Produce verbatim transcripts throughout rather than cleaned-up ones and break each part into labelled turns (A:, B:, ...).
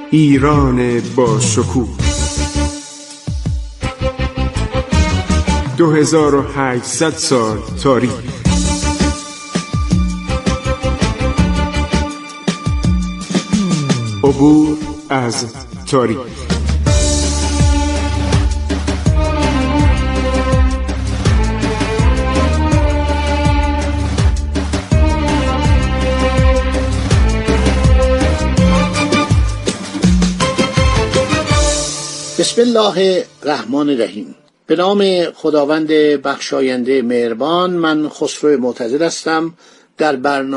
A: ایران با شکوه دو هزار و هشتصد سال تاریخ. عبور از تاریخ.
B: بسم الله الرحمن الرحیم. به نام خداوند بخشاینده مهربان. من خسرو معتزد هستم. در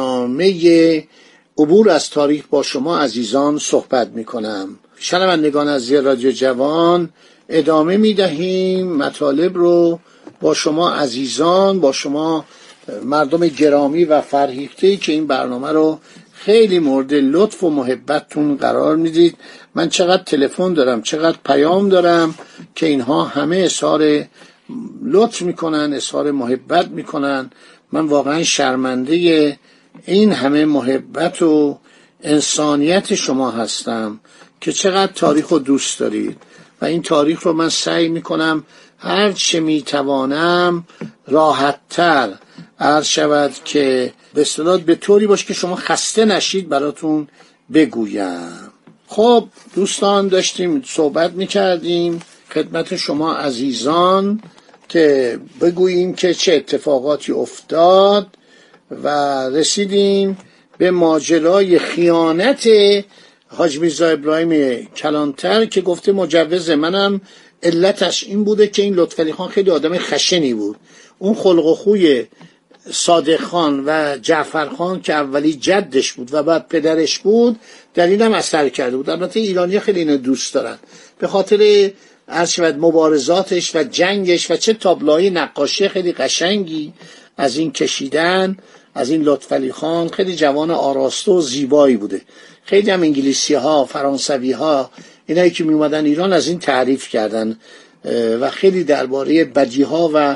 B: برنامه عبور از تاریخ با شما عزیزان صحبت می کنم. شنوندگان عزیز رادیو جوان، ادامه می دهیم مطالب رو با شما عزیزان، با شما مردم گرامی و فرهیخته‌ای که این برنامه رو خیلی مورد لطف و محبتتون قرار میدید. من چقدر تلفن دارم، چقدر پیام دارم که اینها همه اظهار لطف میکنن، اظهار محبت میکنن. من واقعا شرمنده این همه محبت و انسانیت شما هستم که چقدر تاریخ رو دوست دارید و این تاریخ رو من سعی میکنم هر چه میتوانم راحت‌تر عرض شود که به اصطلاح به طوری باشه که شما خسته نشید براتون بگویم. خب دوستان، داشتیم صحبت میکردیم خدمت شما عزیزان که بگوییم که چه اتفاقاتی افتاد و رسیدیم به ماجرای خیانت حاج میرزا ابراهیم کلانتر که گفته مجوز منم علتش این بوده که این لطفعلی خان خیلی آدم خشنی بود. اون خلق و خوی صادق خان و جعفر خان که اولی جدش بود و بعد پدرش بود در این هم اثر کرده بود. البته ایرانی خیلی اینو دوست دارن به خاطر عرض شود مبارزاتش و جنگش و چه تابلوهای نقاشی خیلی قشنگی از این کشیدن. از این لطفعلی خان خیلی جوان آراسته و زیبایی بوده. خیلی هم انگلیسی ها، فرانسوی ها، اینایی که می اومدن ایران از این تعریف کردن و خیلی درباره بدیها و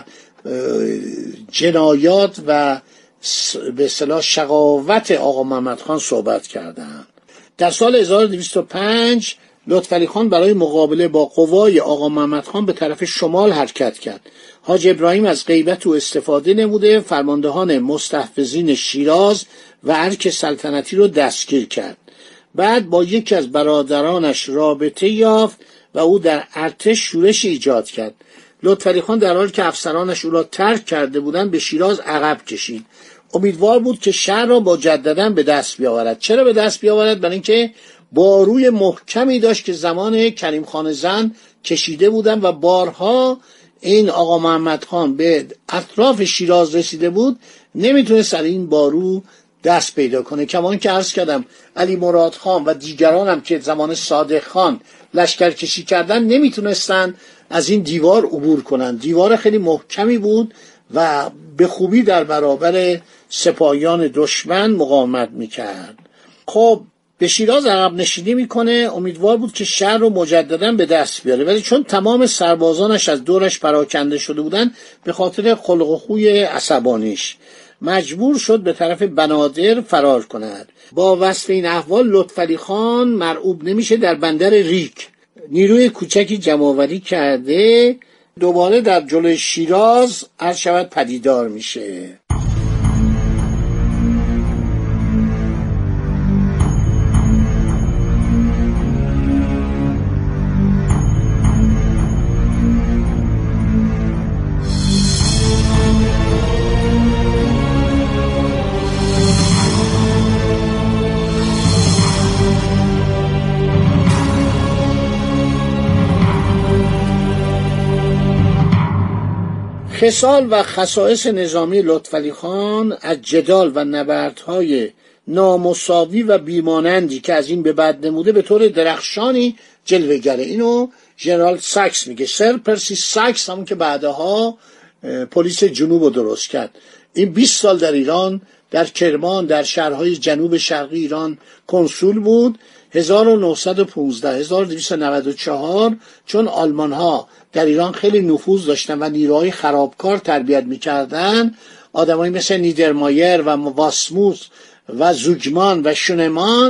B: جنایات و به اصطلاح شقاوت آقا محمد خان صحبت کردند. در سال هزار و دویست و پنج لطفعلی خان برای مقابله با قوای آقا محمد خان به طرف شمال حرکت کرد. حاج ابراهیم از غیبت او استفاده نموده، فرماندهان مستحفظین شیراز و ارک سلطنتی رو دستگیر کرد. بعد با یکی از برادرانش رابطه یافت و او در ارتش شورش ایجاد کرد. لطفعلی خان در حالی که افسرانش او را ترک کرده بودند به شیراز عقب کشید. امیدوار بود که شهر را مجددا به دست بیاورد. چرا به دست بیاورد؟ برای اینکه باروی محکمی داشت که زمان کریم خان زند کشیده بودند و بارها این آقا محمد خان به اطراف شیراز رسیده بود، نمیتونست از این بارو دست پیدا کنه. کمان که عرض کردم علی مراد خان و دیگران هم که زمان صادق خان لشکر کشی کردن نمیتونستن از این دیوار عبور کنن. دیوار خیلی محکمی بود و به خوبی در برابر سپاهیان دشمن مقاومت میکرد. خب به شیراز عقب نشینی میکنه. امیدوار بود که شهر رو مجددا به دست بیاره، ولی چون تمام سربازانش از دورش پراکنده شده بودن به خاطر خلق و خوی عصبانیش مجبور شد به طرف بنادر فرار کند. با وصف این احوال لطفعلی خان مرعوب نمیشه، در بندر ریک نیروی کوچکی جمع‌آوری کرده دوباره در جلوی شیراز عرض شود پدیدار میشه. خصال و خصائص نظامی لطفعلی خان از جدال و نبردهای نامساوی و بیمانندی که از این به بعد نموده به طور درخشانی جلوه‌گره. اینو ژنرال ساکس میگه، سر پرسی ساکس، همون که بعدها پلیس جنوب رو درست کرد. این بیست سال در ایران، در کرمان، در شهرهای جنوب شرقی ایران کنسول بود. هزار و نهصد و پانزده هزار و دویست و نود و چهار چون آلمان ها در ایران خیلی نفوذ داشتن و نیروهای خرابکار تربیت میکردن، آدمایی مثل نیدرمایر و واسموس و زوگمان و شونمان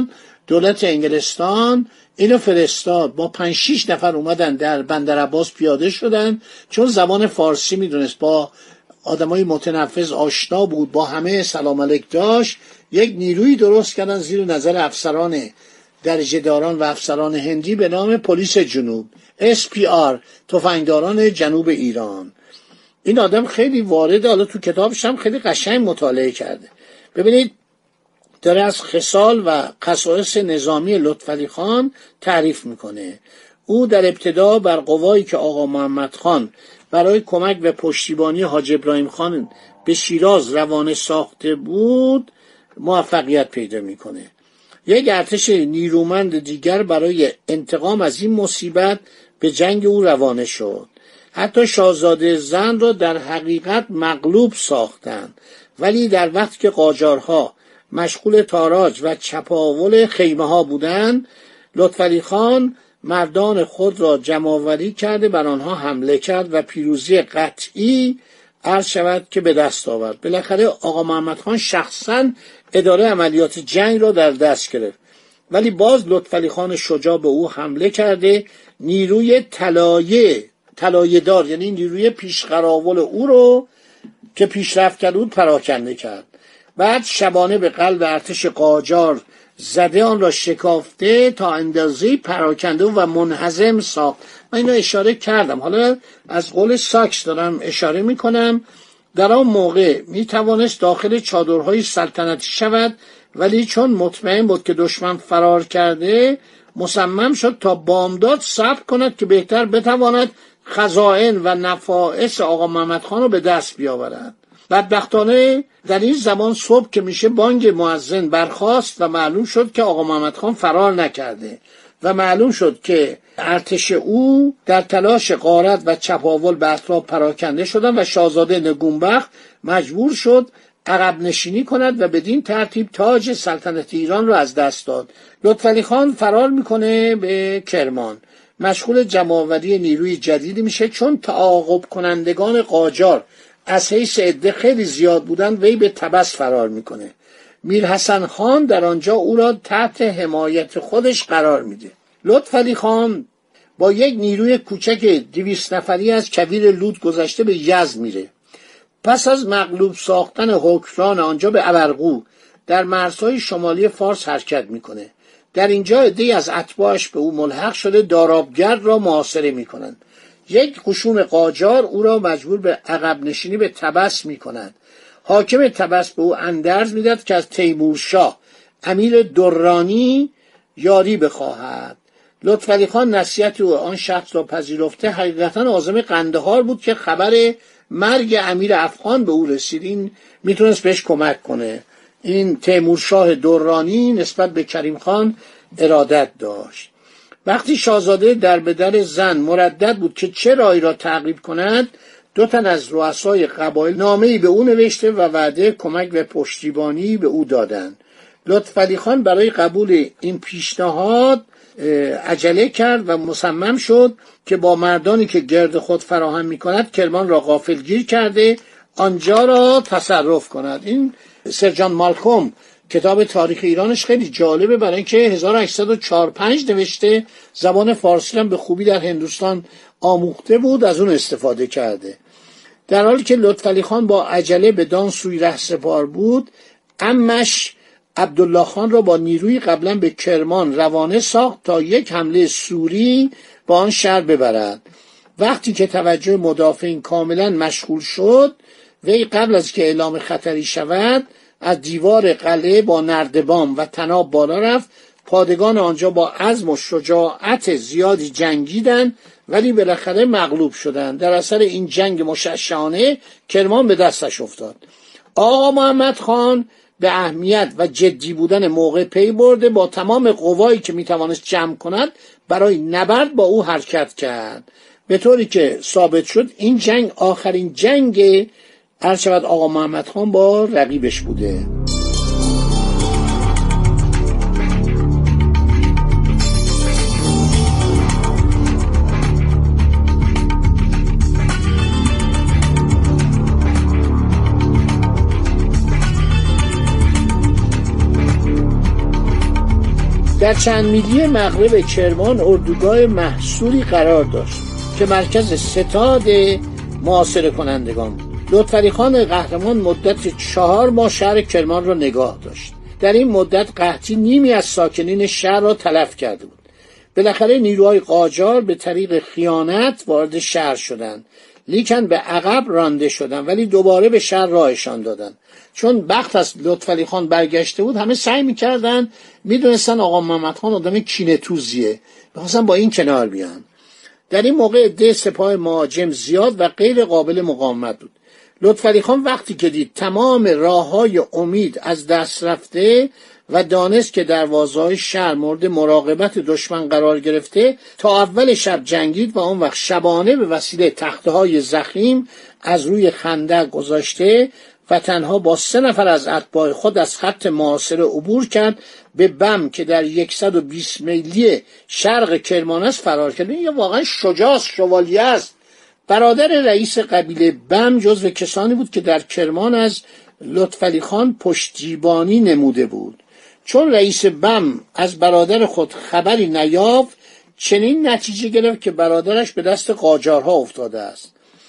B: دولت انگلستان اینو فرستاد، با پنج شیش نفر اومدن در بندر عباس پیاده شدن، چون زبان فارسی میدونست، با آدمای متنفذ آشنا بود، با همه سلام علیک داشت. یک نیروی درست کردن زیر نظر افسران درجه داران و افسران هندی به نام پلیس جنوب، اس پی آر، تفنگداران جنوب ایران. این آدم خیلی وارد، حالا تو کتابش هم خیلی قشنگ مطالعه کرده. ببینید داره از خصال و خصایص نظامی لطفعلی خان تعریف میکنه. او در ابتدا بر قوایی که آقا محمد خان برای کمک و پشتیبانی حاج ابراهیم خان به شیراز روانه ساخته بود موفقیت پیدا میکنه. یک ارتش نیرومند دیگر برای انتقام از این مصیبت به جنگ او روانه شد. حتی شاهزاده زند را در حقیقت مغلوب ساختند، ولی در وقت که قاجارها مشغول تاراج و چپاول خیمه ها بودند، لطفعلی خان مردان خود را جمع‌آوری کرده بر آنها حمله کرد و پیروزی قطعی عرض شود که به دست آورد. بالاخره آقا محمد خان شخصاً اداره عملیات جنگ را در دست گرفت، ولی باز لطفعلی خان شجاع به او حمله کرده نیروی طلایه طلایه دار، یعنی نیروی پیشقراول او رو که پیشرفت کرده بود پراکنده کرد. بعد شبانه به قلب ارتش قاجار زده، آن را شکافته تا اندازه پراکنده و منهزم ساخت. من اینو اشاره کردم، حالا از قول ساکس دارم اشاره میکنم. در آن موقع میتوانست داخل چادرهای سلطنتی شود، ولی چون مطمئن بود که دشمن فرار کرده مصمم شد تا بامداد صبر کند که بهتر بتواند خزائن و نفائس آقا محمد خان رو به دست بیاورد. بدبختانه در این زمان صبح که میشه بانگ مؤذن برخاست و معلوم شد که آقا محمد خان فرار نکرده و معلوم شد که ارتش او در تلاش غارت و چپاول به اطراف پراکنده شدند و شاهزاده نگونبخت مجبور شد عقب نشینی کند و بدین ترتیب تاج سلطنت ایران را از دست داد. لطفعلی خان فرار میکنه به کرمان، مشغول جمع‌آوری نیروی جدیدی میشه. چون تعاقب کنندگان قاجار از حیث عده خیلی زیاد بودن، وی به طبس فرار میکنه. میرحسن خان در آنجا او را تحت حمایت خودش قرار میده. لطفعلی خان با یک نیروی کوچک دویست نفری از کویر لود گذشته به یزد میره. پس از مغلوب ساختن حکمران آنجا به ابرقو در مرزهای شمالی فارس حرکت میکنه. در اینجا عده‌ای از اتباعش به او ملحق شده دارابگرد را محاصره میکنند. یک قشون قاجار او را مجبور به عقب نشینی به طبس میکنند. حاکم طبس به او اندرز میداد که از تیمورشاه امیر درانی یاری بخواهد. لطفعلی خان نصیحت او آن شخص را پذیرفته. حقیقتا عازم قندهار بود که خبر مرگ امیر افغان به او رسید، این میتونست بهش کمک کنه. این تیمورشاه درانی نسبت به کریم خان ارادت داشت. وقتی شاهزاده در به در زن مردد بود که چه رای را تعقیب کند، دو تن از رؤسای قبایل نامه‌ای به او نوشته و وعده کمک و پشتیبانی به او دادند. لطفعلی خان برای قبول این پیشنهاد عجله کرد و مصمم شد که با مردانی که گرد خود فراهم می‌کند کرمان را غافلگیر کرده آنجا را تصرف کند. این سر جان مالکوم کتاب تاریخ ایرانش خیلی جالبه، برای اینکه هزار و هشتصد و چهار پنج نوشته، زبان فارسی هم به خوبی در هندوستان آموخته بود، از اون استفاده کرده. در حالی که لطفعلی خان با عجله به دان سوی رهسپار بود، عمش عبدالله خان را با نیروی قبلا به کرمان روانه ساخت تا یک حمله سوری با آن شهر ببرد. وقتی که توجه مدافعین کاملا مشغول شد، وی قبل از که اعلام خطری شود از دیوار قلعه با نردبان و طناب بالا رفت. پادگان آنجا با عزم و شجاعت زیادی جنگیدند، ولی بالاخره مغلوب شدند. در اثر این جنگ مشعشعانه کرمان به دستش افتاد. آقا محمد خان به اهمیت و جدی بودن موقع پی برده، با تمام قوایی که میتوانست جمع کند برای نبرد با او حرکت کرد، به طوری که ثابت شد این جنگ آخرین جنگ هر شود آقا محمد خان با رقیبش بوده. در چند میلی مغرب کرمان اردوگاه محصوری قرار داشت که مرکز ستاد محاصره کنندگان بود. لطفعلی خان قهرمان مدت چهار ماه شهر کرمان را نگاه داشت. در این مدت قحطی نیمی از ساکنین شهر را تلف کرده بود. بالاخره نیروهای قاجار به طریق خیانت وارد شهر شدند، لیکن به عقب رانده شدند، ولی دوباره به شهر راهشان دادند. چون بخت از لطفعلی خان برگشته بود، همه سعی میکردن، میدونستن آقا محمد خان آدم کینه توزیه، میخواستن با این کنار بیان. در این موقع عده سپاه مهاجم زیاد و غیر قابل مقاومت بود. لطفعلی خان وقتی که دید تمام راههای امید از دست رفته و دانست که دروازه‌های شهر مورد مراقبت دشمن قرار گرفته، تا اول شب جنگید و اون وقت شبانه به وسیله تخته‌های ضخیم از روی خندق گذاشته و تنها با سه نفر از اتباع خود از خط محاصره عبور کرد، به بم که در صد و بیست میلی شرق کرمان است فرار کرد. این واقعا شجاع است، شوالیه است. برادر رئیس قبیله بم جزو کسانی بود که در کرمان از لطفعلی خان پشتیبانی نموده بود. چون رئیس بم از برادر خود خبری نیافت، چنین نتیجه گرفت که برادرش به دست قاجارها افتاده است.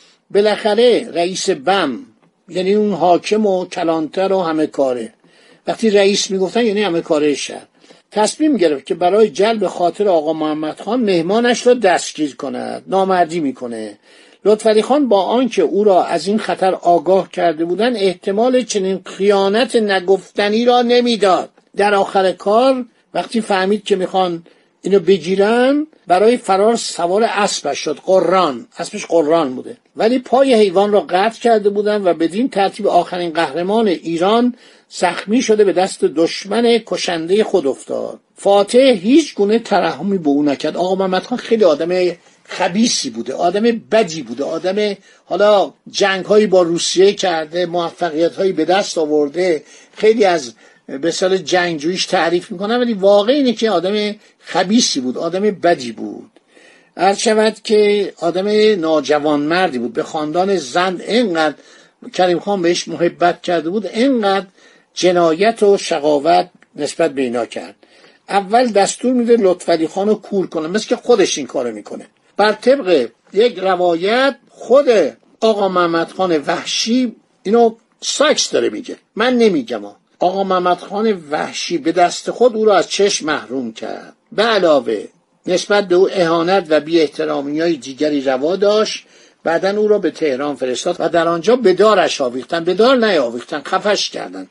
B: بالاخره رئیس بم، یعنی اون حاکم و کلانتر و همه کاره، وقتی رئیس میگفتن یعنی همه کاره شهر، تصمیم گرفت که برای جلب خاطر آقا محمد خان مهمانش را دستگیر کند. نامردی میکنه. لطفعلی خان با آنکه او را از این خطر آگاه کرده بودند، احتمال چنین خیانت نگفتنی را نمیداد. در آخر کار وقتی فهمید که میخوان اینو بگیرن، برای فرار سوار اسبش شد. قران، اسبش قران بوده، ولی پای حیوان را قطع کرده بودن و بدین ترتیب آخرین قهرمان ایران زخمی شده به دست دشمن کشنده خود افتاد. فاتح هیچ گونه ترحمی به او نکرد. آقا محمد خان خیلی آدم خبیثی بوده، آدم بدی بوده، آدم حالا جنگ‌هایی با روسیه کرده، موفقیت‌هایی به دست آورده، خیلی از به سال جنگجوییش تعریف میکنن، ولی واقع اینه که آدم خبیثی بود، آدم بدی بود. عرض شود که آدم ناجوانمردی بود. به خاندان زند اینقدر کریم خان بهش محبت کرده بود، اینقدر جنایت و شقاوت نسبت به اینا کرد. اول دستور میده لطفعلی خان رو کور کنه، مثل که خودش این کارو میکنه. بر طبق یک روایت خود آقا محمد خان وحشی، اینو ساکس داره میگه، من نمیگم، آقا محمد خان وحشی به دست خود او را از چشم محروم کرد. به علاوه نسبت به او اهانت و بی احترامی‌های دیگری روا داشت. بعدن او را به تهران فرستاد و در آنجا به دارش آویختن. به دار نیاویختن، خفش کردن،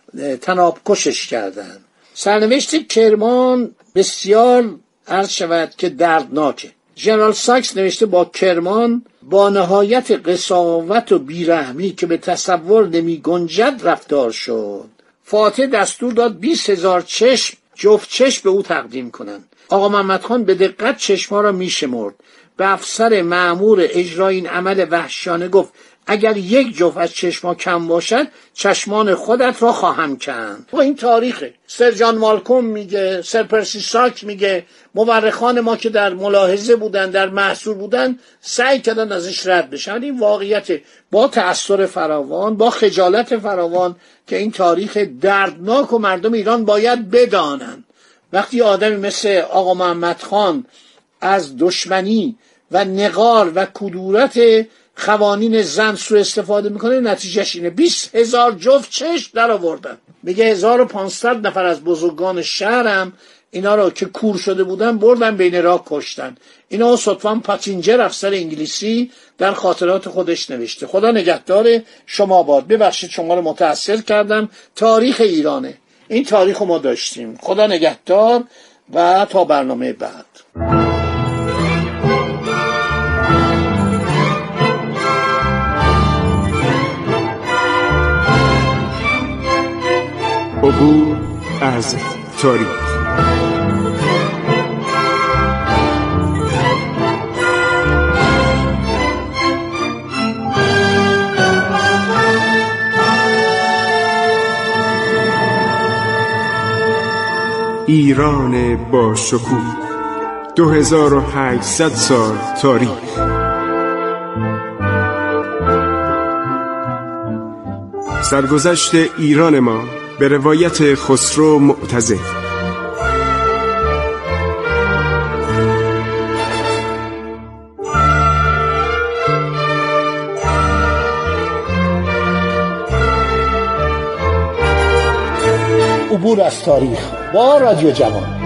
B: طناب کشش کردن. سرنوشت کرمان بسیار عرض شود که دردناکه. ژنرال ساکس نوشته با کرمان با نهایت قساوت و بیرحمی که به تصور نمی گنجد رفتار شد. فاتح دستور داد بیست هزار چشم جفت چشم به او تقدیم کنند. آقا محمد خان به دقت چشم‌ها را میشمرد. به افسر مأمور اجرای این عمل وحشیانه گفت اگر یک جفت از چشما کم باشد چشمان خودت را خواهم کند. این تاریخه. سر جان مالکوم میگه، سر پرسی ساک میگه، مورخان ما که در ملاحظه بودن، در محصول بودن، سعی کردن ازش رد بشن. این واقعیت با تأثیر فراوان، با خجالت فراوان که این تاریخ دردناک و مردم ایران باید بدانن. وقتی آدمی مثل آقا محمد خان از دشمنی و نقار و کدورت قوانین زن سوء استفاده میکنه، نتیجهش اینه. بیست هزار جفت چشم در آوردن. میگه هزار و پانصد نفر از بزرگان شهرم اینا را که کور شده بودن بردن بین راه کشتن. اینا صدفاً پاتینجر افسر انگلیسی در خاطرات خودش نوشته. خدا نگهدار شما باد. ببخشید شما رو متأثر کردم. تاریخ ایرانه. این تاریخ رو ما داشتیم. خدا نگهدار و تا برنامه بعد.
A: عبور از تاریخ. ایران با شکوه، دو هزار و هشتصد سال تاریخ. سرگذشت ایران ما به روایت خسرو معتزد.
B: عبور از تاریخ با رادیو جوان.